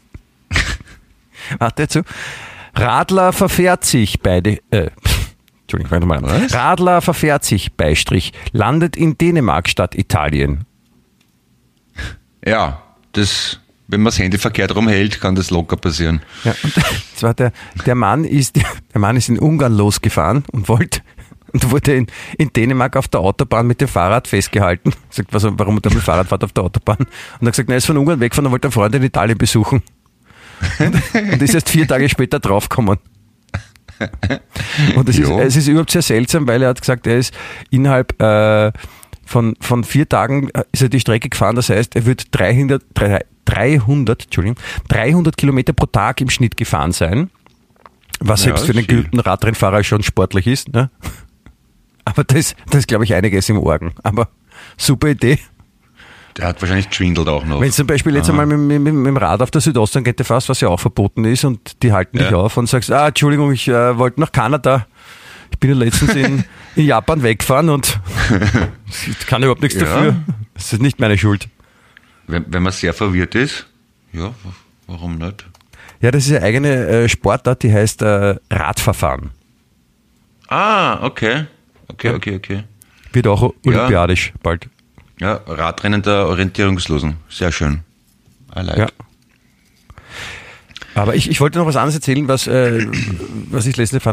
Warte dazu. Radler verfährt sich Entschuldigung, fang mal an. Radler verfährt sich, Beistrich, landet in Dänemark statt Italien. Ja, wenn man das Handy verkehrt rumhält, kann das locker passieren. Ja, und zwar der Mann ist in Ungarn losgefahren und wurde in Dänemark auf der Autobahn mit dem Fahrrad festgehalten. Sagt, warum er da mit dem Fahrrad fährt auf der Autobahn? Und er hat gesagt, er ist von Ungarn weggefahren und wollte einen Freund in Italien besuchen. Und ist erst 4 Tage später draufgekommen. Und es ist überhaupt sehr seltsam, weil er hat gesagt, er ist innerhalb von 4 Tagen ist er die Strecke gefahren. Das heißt, er wird 300 Kilometer pro Tag im Schnitt gefahren sein. Was selbst für einen geübten Radrennfahrer schon sportlich ist. Ne? Aber das ist, glaube ich, einiges im Orgen. Aber super Idee. Der hat wahrscheinlich geschwindelt auch noch. Wenn du zum Beispiel jetzt einmal mit dem Rad auf der Südosttangente fährst, was ja auch verboten ist, und die halten dich auf und sagst, Entschuldigung, ich wollte nach Kanada. Ich bin ja letztens in Japan weggefahren und ich kann überhaupt nichts dafür. Das ist nicht meine Schuld. Wenn man sehr verwirrt ist, ja, warum nicht? Ja, das ist eine eigene Sportart, die heißt Radverfahren. Okay. Wird auch olympiadisch bald. Ja, Radrennen der Orientierungslosen. Sehr schön. I like. Ja. Aber ich wollte noch was anderes erzählen, was ich letztens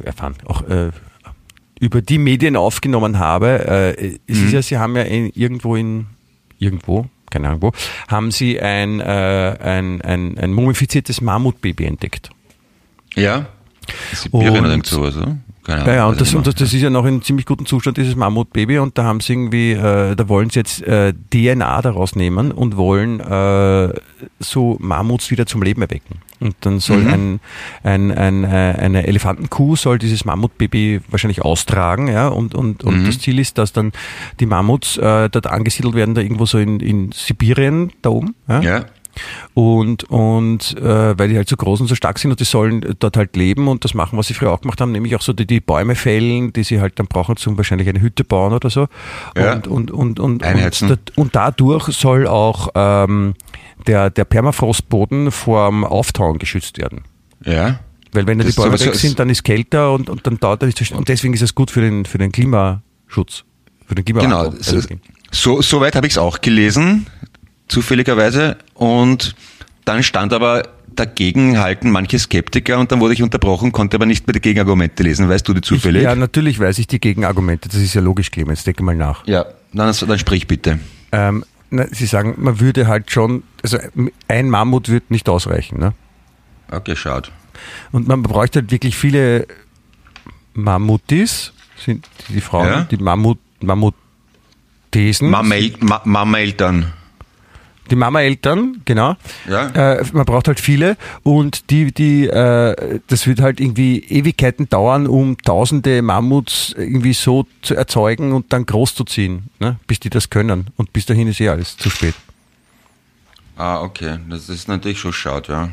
über die Medien aufgenommen habe. Es ist ja, sie haben ja irgendwo, keine Ahnung wo, haben sie ein mumifiziertes Mammutbaby entdeckt. Ja. Sibirien oder irgend sowas, oder? Keine Ahnung, ja, und das ist ja noch in ziemlich gutem Zustand, dieses Mammutbaby, und da haben sie irgendwie, da wollen sie jetzt DNA daraus nehmen und wollen so Mammuts wieder zum Leben erwecken. Und dann soll eine Elefantenkuh soll dieses Mammutbaby wahrscheinlich austragen, ja, und das Ziel ist, dass dann die Mammuts dort angesiedelt werden, da irgendwo so in Sibirien, da oben. Ja. Und weil die halt so groß und so stark sind und die sollen dort halt leben und das machen, was sie früher auch gemacht haben, nämlich auch so die Bäume fällen, die sie halt dann brauchen, zum wahrscheinlich eine Hütte bauen oder so. Ja. Und dadurch soll auch der Permafrostboden vorm Auftauen geschützt werden. Ja. Weil wenn da die Bäume weg sind, dann ist kälter und dann dauert das nicht. Und deswegen ist es gut für den Klimaschutz. Für den Klimawandel. Genau. So weit habe ich es auch gelesen. Zufälligerweise, und dann stand aber dagegen halten manche Skeptiker und dann wurde ich unterbrochen, konnte aber nicht mehr die Gegenargumente lesen. Weißt du die zufällig? Ja, natürlich weiß ich die Gegenargumente, das ist ja logisch, Clemens, denke mal nach. Ja, dann sprich bitte. Sie sagen, man würde halt schon, also ein Mammut wird nicht ausreichen. Ne? Okay, schaut. Und man bräuchte halt wirklich viele Mammutis, sind die Frauen, die Mammutesen. Mama-Eltern. Die Mama-Eltern, genau. Ja. Man braucht halt viele und das wird halt irgendwie Ewigkeiten dauern, um tausende Mammuts irgendwie so zu erzeugen und dann groß zu ziehen, ne? Bis die das können. Und bis dahin ist alles zu spät. Okay. Das ist natürlich schon schaut, ja.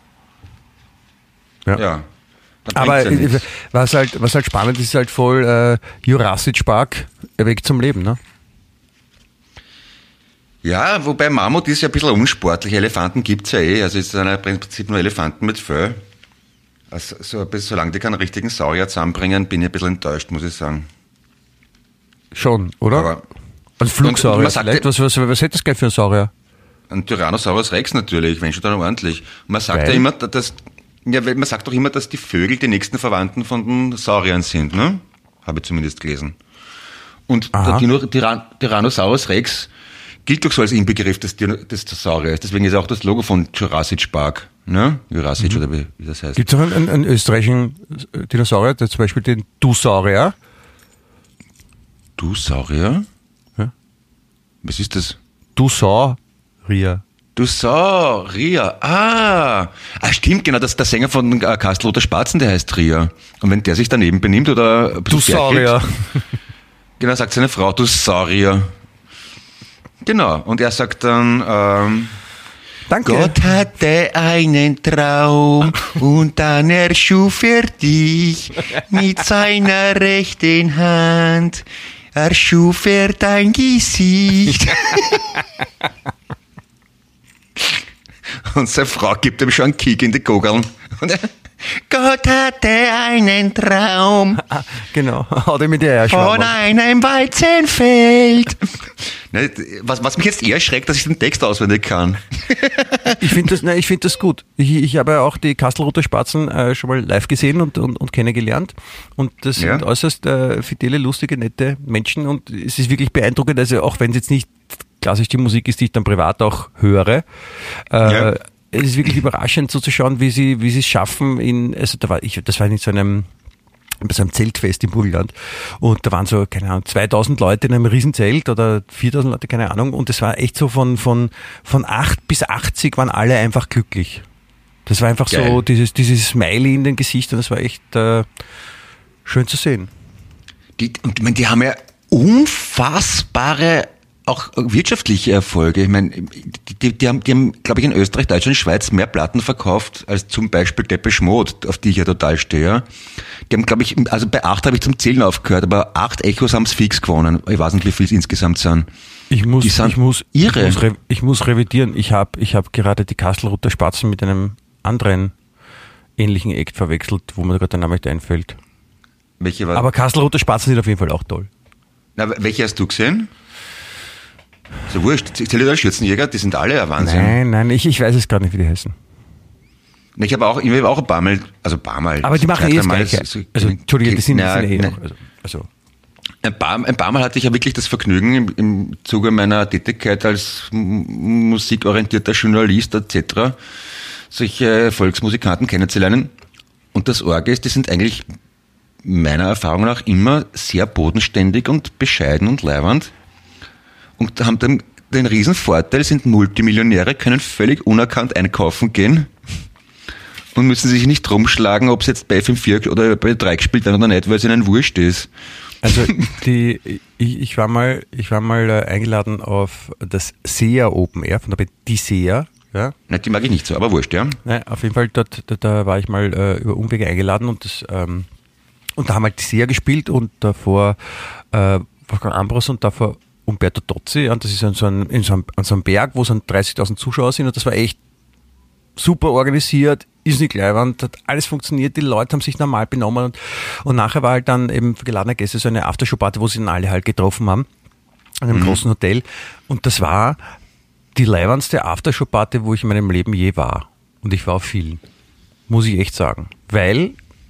Ja. Aber was halt spannend ist, ist halt voll Jurassic Park erweckt zum Leben, ne? Ja, wobei Mammut ist ja ein bisschen unsportlich. Elefanten gibt's ja also es sind ja im Prinzip nur Elefanten mit Fell. Also solange die keinen richtigen Saurier zusammenbringen, bin ich ein bisschen enttäuscht, muss ich sagen. Schon, oder? Aber ein Flugsaurier vielleicht? Was hätte das gleich für ein Saurier? Ein Tyrannosaurus Rex natürlich, wenn schon dann ordentlich. Und man sagt man sagt doch immer, dass die Vögel die nächsten Verwandten von den Sauriern sind, ne? Habe ich zumindest gelesen. Und der Tyrannosaurus Rex gilt doch so als Inbegriff des Dinosauriers. Deswegen ist auch das Logo von Jurassic Park. Ne? Jurassic oder wie das heißt. Gibt es auch einen österreichischen Dinosaurier, der zum Beispiel den Dusaurier? Dusaurier? Ja. Was ist das? Dusaurier. Dusaurier. Stimmt, genau, das ist der Sänger von Kastel-Lothar Spatzen, der heißt Ria. Und wenn der sich daneben benimmt oder... Dusaurier. Genau, sagt seine Frau, Dusaurier. Genau, und er sagt dann... Danke. Gott hatte einen Traum und dann erschuf er dich mit seiner rechten Hand. Erschuf er dein Gesicht. Und seine Frau gibt ihm schon einen Kick in die Gurgeln. Gott hatte einen Traum. Genau, haut ihm mit der Eierschwamm. Von einem Weizenfeld. Was mich jetzt eher schreckt, dass ich den Text auswendig kann. Ich finde das gut. Ich habe ja auch die Kastel-Lothar Spatzen schon mal live gesehen und kennengelernt. Und das sind äußerst fidele, lustige, nette Menschen. Und es ist wirklich beeindruckend, also auch wenn es jetzt nicht klassisch die Musik ist, die ich dann privat auch höre. Es ist wirklich überraschend so zu schauen, wie sie es schaffen das war in so einem Zeltfest im Burgenland und da waren so, keine Ahnung, 2000 Leute in einem Riesenzelt oder 4000 Leute, keine Ahnung, und es war echt so von 8 bis 80 waren alle einfach glücklich. Das war einfach geil. So dieses Smiley in den Gesichtern, das war echt schön zu sehen. Die haben ja unfassbare auch wirtschaftliche Erfolge. Ich meine, die haben, glaube ich, in Österreich, Deutschland, Schweiz mehr Platten verkauft als zum Beispiel Depeche Mode, auf die ich ja total stehe. Die haben, glaube ich, also bei 8 habe ich zum Zählen aufgehört, aber 8 Echos haben es fix gewonnen. Ich weiß nicht, wie viel es insgesamt sind. Ich muss revidieren. Ich hab gerade die Kastel-Lothar Spatzen mit einem anderen ähnlichen Act verwechselt, wo mir gerade der Name nicht einfällt. Welche war? Aber Kastel-Lothar Spatzen sind auf jeden Fall auch toll. Na, welche hast du gesehen? So wurscht. Zähle da Schürzenjäger, die sind alle ein Wahnsinn. Nein, ich weiß es gar nicht, wie die heißen. Ich habe auch ein paar Mal. Aber die machen das Gleiche. Also, Entschuldige, die sind noch. Also. Ein paar Mal hatte ich ja wirklich das Vergnügen im Zuge meiner Tätigkeit als musikorientierter Journalist etc. solche Volksmusikanten kennenzulernen. Und das Orge ist, die sind eigentlich meiner Erfahrung nach immer sehr bodenständig und bescheiden und leibernd. Und haben dann den riesen Vorteil, sind Multimillionäre, können völlig unerkannt einkaufen gehen und müssen sich nicht rumschlagen, ob es jetzt bei FM4 oder bei 3 gespielt werden oder nicht, weil es ihnen wurscht ist. Also ich war mal eingeladen auf das SEA Open Air von der die SEA. Ja. Nein, die mag ich nicht so, aber wurscht, ja. Nein, auf jeden Fall, da war ich mal über Umwege eingeladen und da haben halt die SEA gespielt und davor Wolfgang Ambros und davor Umberto Tozzi, und das ist an so einem Berg, wo so 30.000 Zuschauer sind, und das war echt super organisiert, ist nicht leiwand, hat alles funktioniert, die Leute haben sich normal benommen und nachher war halt dann eben für geladene Gäste so eine Aftershow-Party, wo sie dann alle halt getroffen haben, an einem großen Hotel, und das war die leiwandste Aftershow-Party, wo ich in meinem Leben je war, und ich war auf vielen, muss ich echt sagen, weil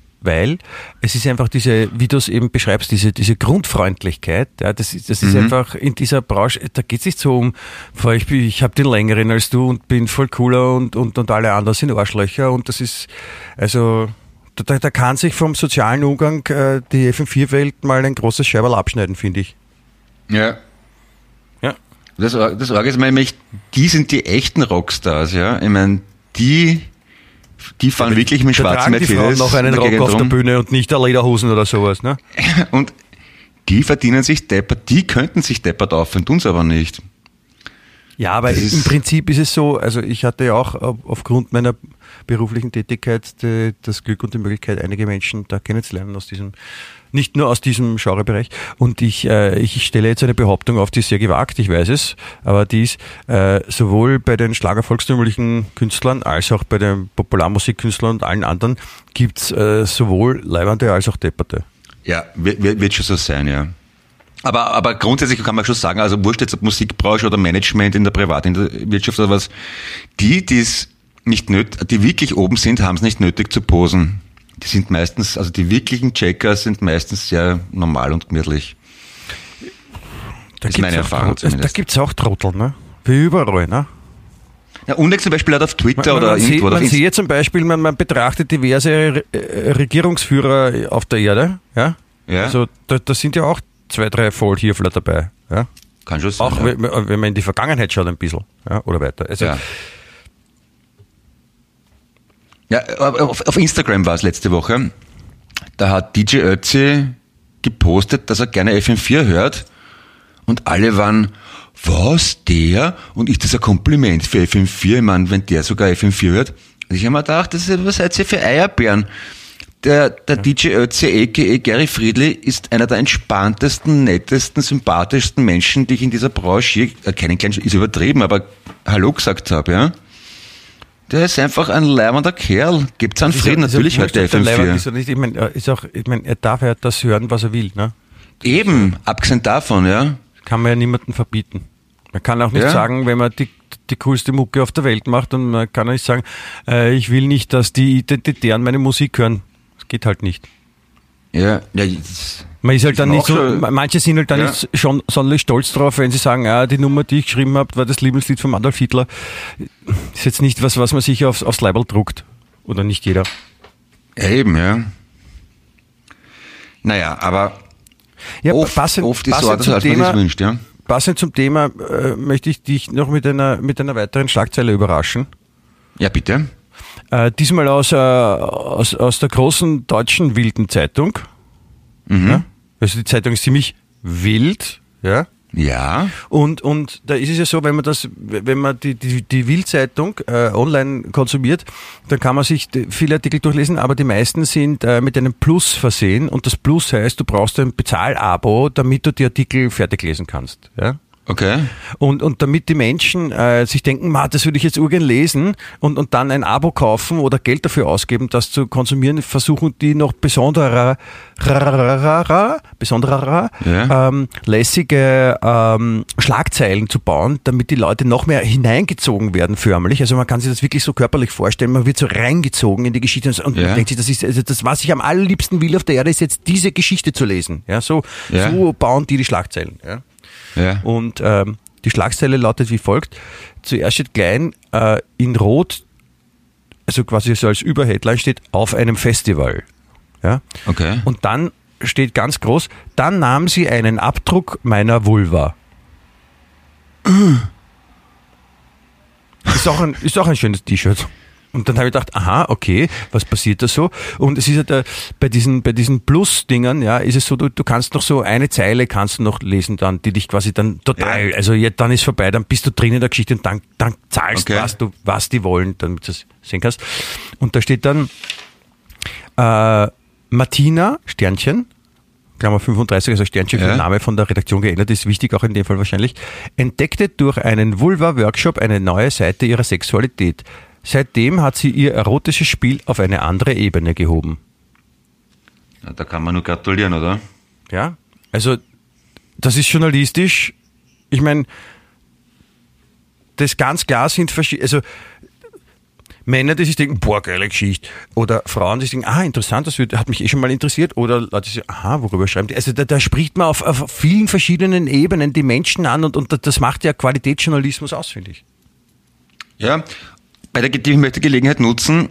es ist einfach diese, wie du es eben beschreibst, diese Grundfreundlichkeit, ja, das ist einfach in dieser Branche, da geht es nicht so um, ich habe den längeren als du und bin voll cooler und alle anderen sind Arschlöcher, und das ist, also, da kann sich vom sozialen Umgang die FM4-Welt mal ein großes Scheiberl abschneiden, finde ich. Ja. Ja. Das Orge ist nämlich, die sind die echten Rockstars, ja, ich meine, die fahren wirklich mit schwarzen Mercedes. Die Frauen noch einen Rock auf der Bühne und nicht der Lederhosen oder sowas, ne? Und die verdienen sich deppert, die könnten sich deppert aufhören, tun es aber nicht. Ja, aber im Prinzip ist es so, also ich hatte ja auch aufgrund meiner beruflichen Tätigkeit das Glück und die Möglichkeit, einige Menschen da kennenzulernen nicht nur aus diesem Genrebereich. Und ich stelle jetzt eine Behauptung auf, die ist sehr gewagt, ich weiß es, aber die ist sowohl bei den schlagervolkstümlichen Künstlern als auch bei den Popularmusikkünstlern und allen anderen gibt's sowohl Leibernde als auch Depperte. Ja, wird schon so sein, ja. Aber grundsätzlich kann man schon sagen, also wurscht jetzt ob Musikbranche oder Management in der Privatwirtschaft oder was, die wirklich oben sind, haben es nicht nötig zu posen. Die sind meistens, also die wirklichen Checker sind meistens sehr normal und gemütlich. Das ist meine Erfahrung zumindest. Da gibt es auch Trottel, ne? Wie überall, ne? Ja, und zum Beispiel auch auf Twitter oder irgendwo. Man sieht zum Beispiel, man betrachtet diverse Regierungsführer auf der Erde, ja? Also da sind ja auch 2, 3 Vollhirfler dabei, ja? Kann schon sein. Auch wenn man in die Vergangenheit schaut ein bisschen, ja? Oder weiter. Also, auf Instagram war es letzte Woche. Da hat DJ Ötzi gepostet, dass er gerne FM4 hört. Und alle waren, was, der? Und ist das ein Kompliment für FM4? Ich meine, wenn der sogar FM4 hört. Und ich habe mir gedacht, was seid ihr für Eierbären? Der DJ Ötzi, a.k.a. Gary Friedli, ist einer der entspanntesten, nettesten, sympathischsten Menschen, die ich in dieser Branche keinen kleinen, ist übertrieben, aber Hallo gesagt habe, ja. Der ist einfach ein leibender Kerl. Gibt's einen Frieden, natürlich hört der FM4. Ist er nicht. Ich meine, er darf ja das hören, was er will, ne? Eben, abgesehen davon, ja. Kann man ja niemandem verbieten. Man kann auch nicht sagen, wenn man die coolste Mucke auf der Welt macht, und man kann auch nicht sagen, ich will nicht, dass die Identitären meine Musik hören. Das geht halt nicht. Ja, man ist halt dann nicht so, manche sind halt dann nicht schon sonderlich stolz drauf, wenn sie sagen, die Nummer, die ich geschrieben habe, war das Lieblingslied von Adolf Hitler. Ist jetzt nicht was man sich aufs Leiberl druckt. Oder nicht jeder. Ja, eben, ja. Naja, aber oft ist so, dass man das wünscht, ja. Passend zum Thema möchte ich dich noch mit einer weiteren Schlagzeile überraschen. Ja, bitte. Diesmal aus der großen deutschen wilden Zeitung. Mhm. Ja? Also die Zeitung ist ziemlich wild. Ja. Ja. Und da ist es ja so, wenn man die Wild-Zeitung online konsumiert, dann kann man sich viele Artikel durchlesen, aber die meisten sind mit einem Plus versehen, und das Plus heißt, du brauchst ein Bezahlabo, damit du die Artikel fertig lesen kannst. Ja? Okay. Und damit die Menschen sich denken, das würde ich jetzt urgern lesen, und dann ein Abo kaufen oder Geld dafür ausgeben, das zu konsumieren, versuchen die noch besonderer lässige Schlagzeilen zu bauen, damit die Leute noch mehr hineingezogen werden förmlich. Also man kann sich das wirklich so körperlich vorstellen, man wird so reingezogen in die Geschichte und denkt sich, das ist also das, was ich am allerliebsten will auf der Erde, ist jetzt diese Geschichte zu lesen. Ja, so bauen die Schlagzeilen. Ja. Ja. Und die Schlagzeile lautet wie folgt: Zuerst steht klein in Rot, also quasi so als Überheadline steht, auf einem Festival. Ja? Okay. Und dann steht ganz groß, dann nahm sie einen Abdruck meiner Vulva. Ist auch ein schönes T-Shirt. Und dann habe ich gedacht, okay, was passiert da so? Und es ist ja bei diesen Plus-Dingern, ist es so, du kannst noch so eine Zeile kannst du noch lesen dann, die dich quasi dann total, dann ist vorbei, dann bist du drin in der Geschichte und dann zahlst was die wollen, damit du es sehen kannst. Und da steht dann Martina, Sternchen, Klammer 35, also Sternchen für den Name von der Redaktion geändert, ist wichtig auch in dem Fall wahrscheinlich, entdeckte durch einen Vulva-Workshop eine neue Seite ihrer Sexualität. Seitdem hat sie ihr erotisches Spiel auf eine andere Ebene gehoben. Ja, da kann man nur gratulieren, oder? Ja, also das ist journalistisch. Ich meine, das ganz klar sind verschiedene, also Männer, die sich denken, geile Geschichte. Oder Frauen, die sich denken, interessant, das hat mich schon mal interessiert. Oder Leute, die sagen, worüber schreiben die? Also da spricht man auf vielen verschiedenen Ebenen die Menschen an, und das macht ja Qualitätsjournalismus aus, finde ich. Ja, ich möchte die Gelegenheit nutzen,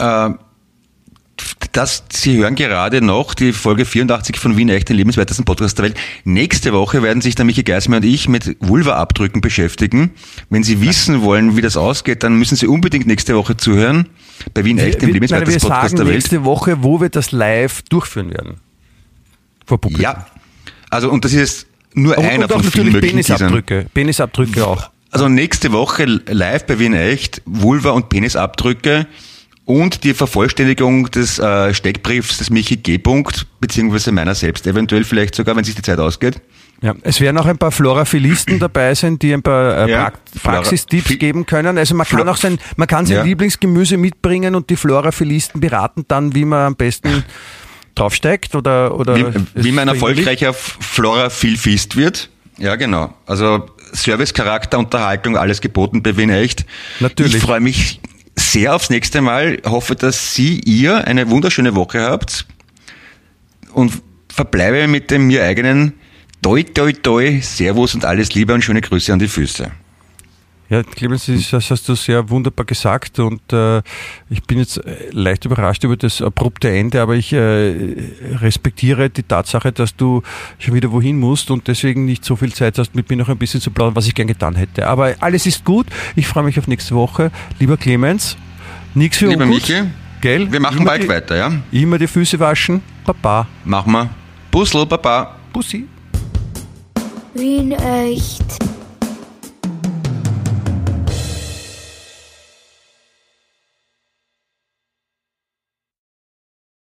dass Sie hören gerade noch die Folge 84 von Wien Echt, den lebenswertesten Podcast der Welt. Nächste Woche werden sich der Michi Geismar und ich mit Vulva-Abdrücken beschäftigen. Wenn Sie wissen wollen, wie das ausgeht, dann müssen Sie unbedingt nächste Woche zuhören bei Wien Echt, dem lebenswertesten Podcast der Welt. Nächste Woche, wo wir das live durchführen werden. Vor Publikum. Ja, also und das ist nur einer von vielen möglichen Teasern. Penisabdrücke auch. Also nächste Woche live bei Wien Echt, Vulva- und Penisabdrücke und die Vervollständigung des Steckbriefs des Michi G. beziehungsweise meiner selbst eventuell vielleicht sogar, wenn sich die Zeit ausgeht. Ja, es werden auch ein paar Floraphilisten dabei sein, die ein paar Praxistipps geben können. Also man kann sein Lieblingsgemüse mitbringen und die Floraphilisten beraten dann, wie man am besten draufsteigt oder wie man ein erfolgreicher Floraphilfist wird. Ja, genau. Also Servicecharakter, Unterhaltung, alles geboten bei Wien Echt. Natürlich. Ich freue mich sehr aufs nächste Mal. Hoffe, dass ihr eine wunderschöne Woche habt und verbleibe mit dem mir eigenen toi, toi, toi, Servus und alles Liebe und schöne Grüße an die Füße. Ja, Clemens, das hast du sehr wunderbar gesagt und ich bin jetzt leicht überrascht über das abrupte Ende, aber ich respektiere die Tatsache, dass du schon wieder wohin musst und deswegen nicht so viel Zeit hast, mit mir noch ein bisschen zu plaudern, was ich gern getan hätte. Aber alles ist gut, ich freue mich auf nächste Woche. Lieber Clemens, nichts für Lieber ungut. Michi, Gell? wir machen bald weiter, ja? Immer die Füße waschen. Baba. Machen wir. Pussel, Baba. Bussi. Wien echt.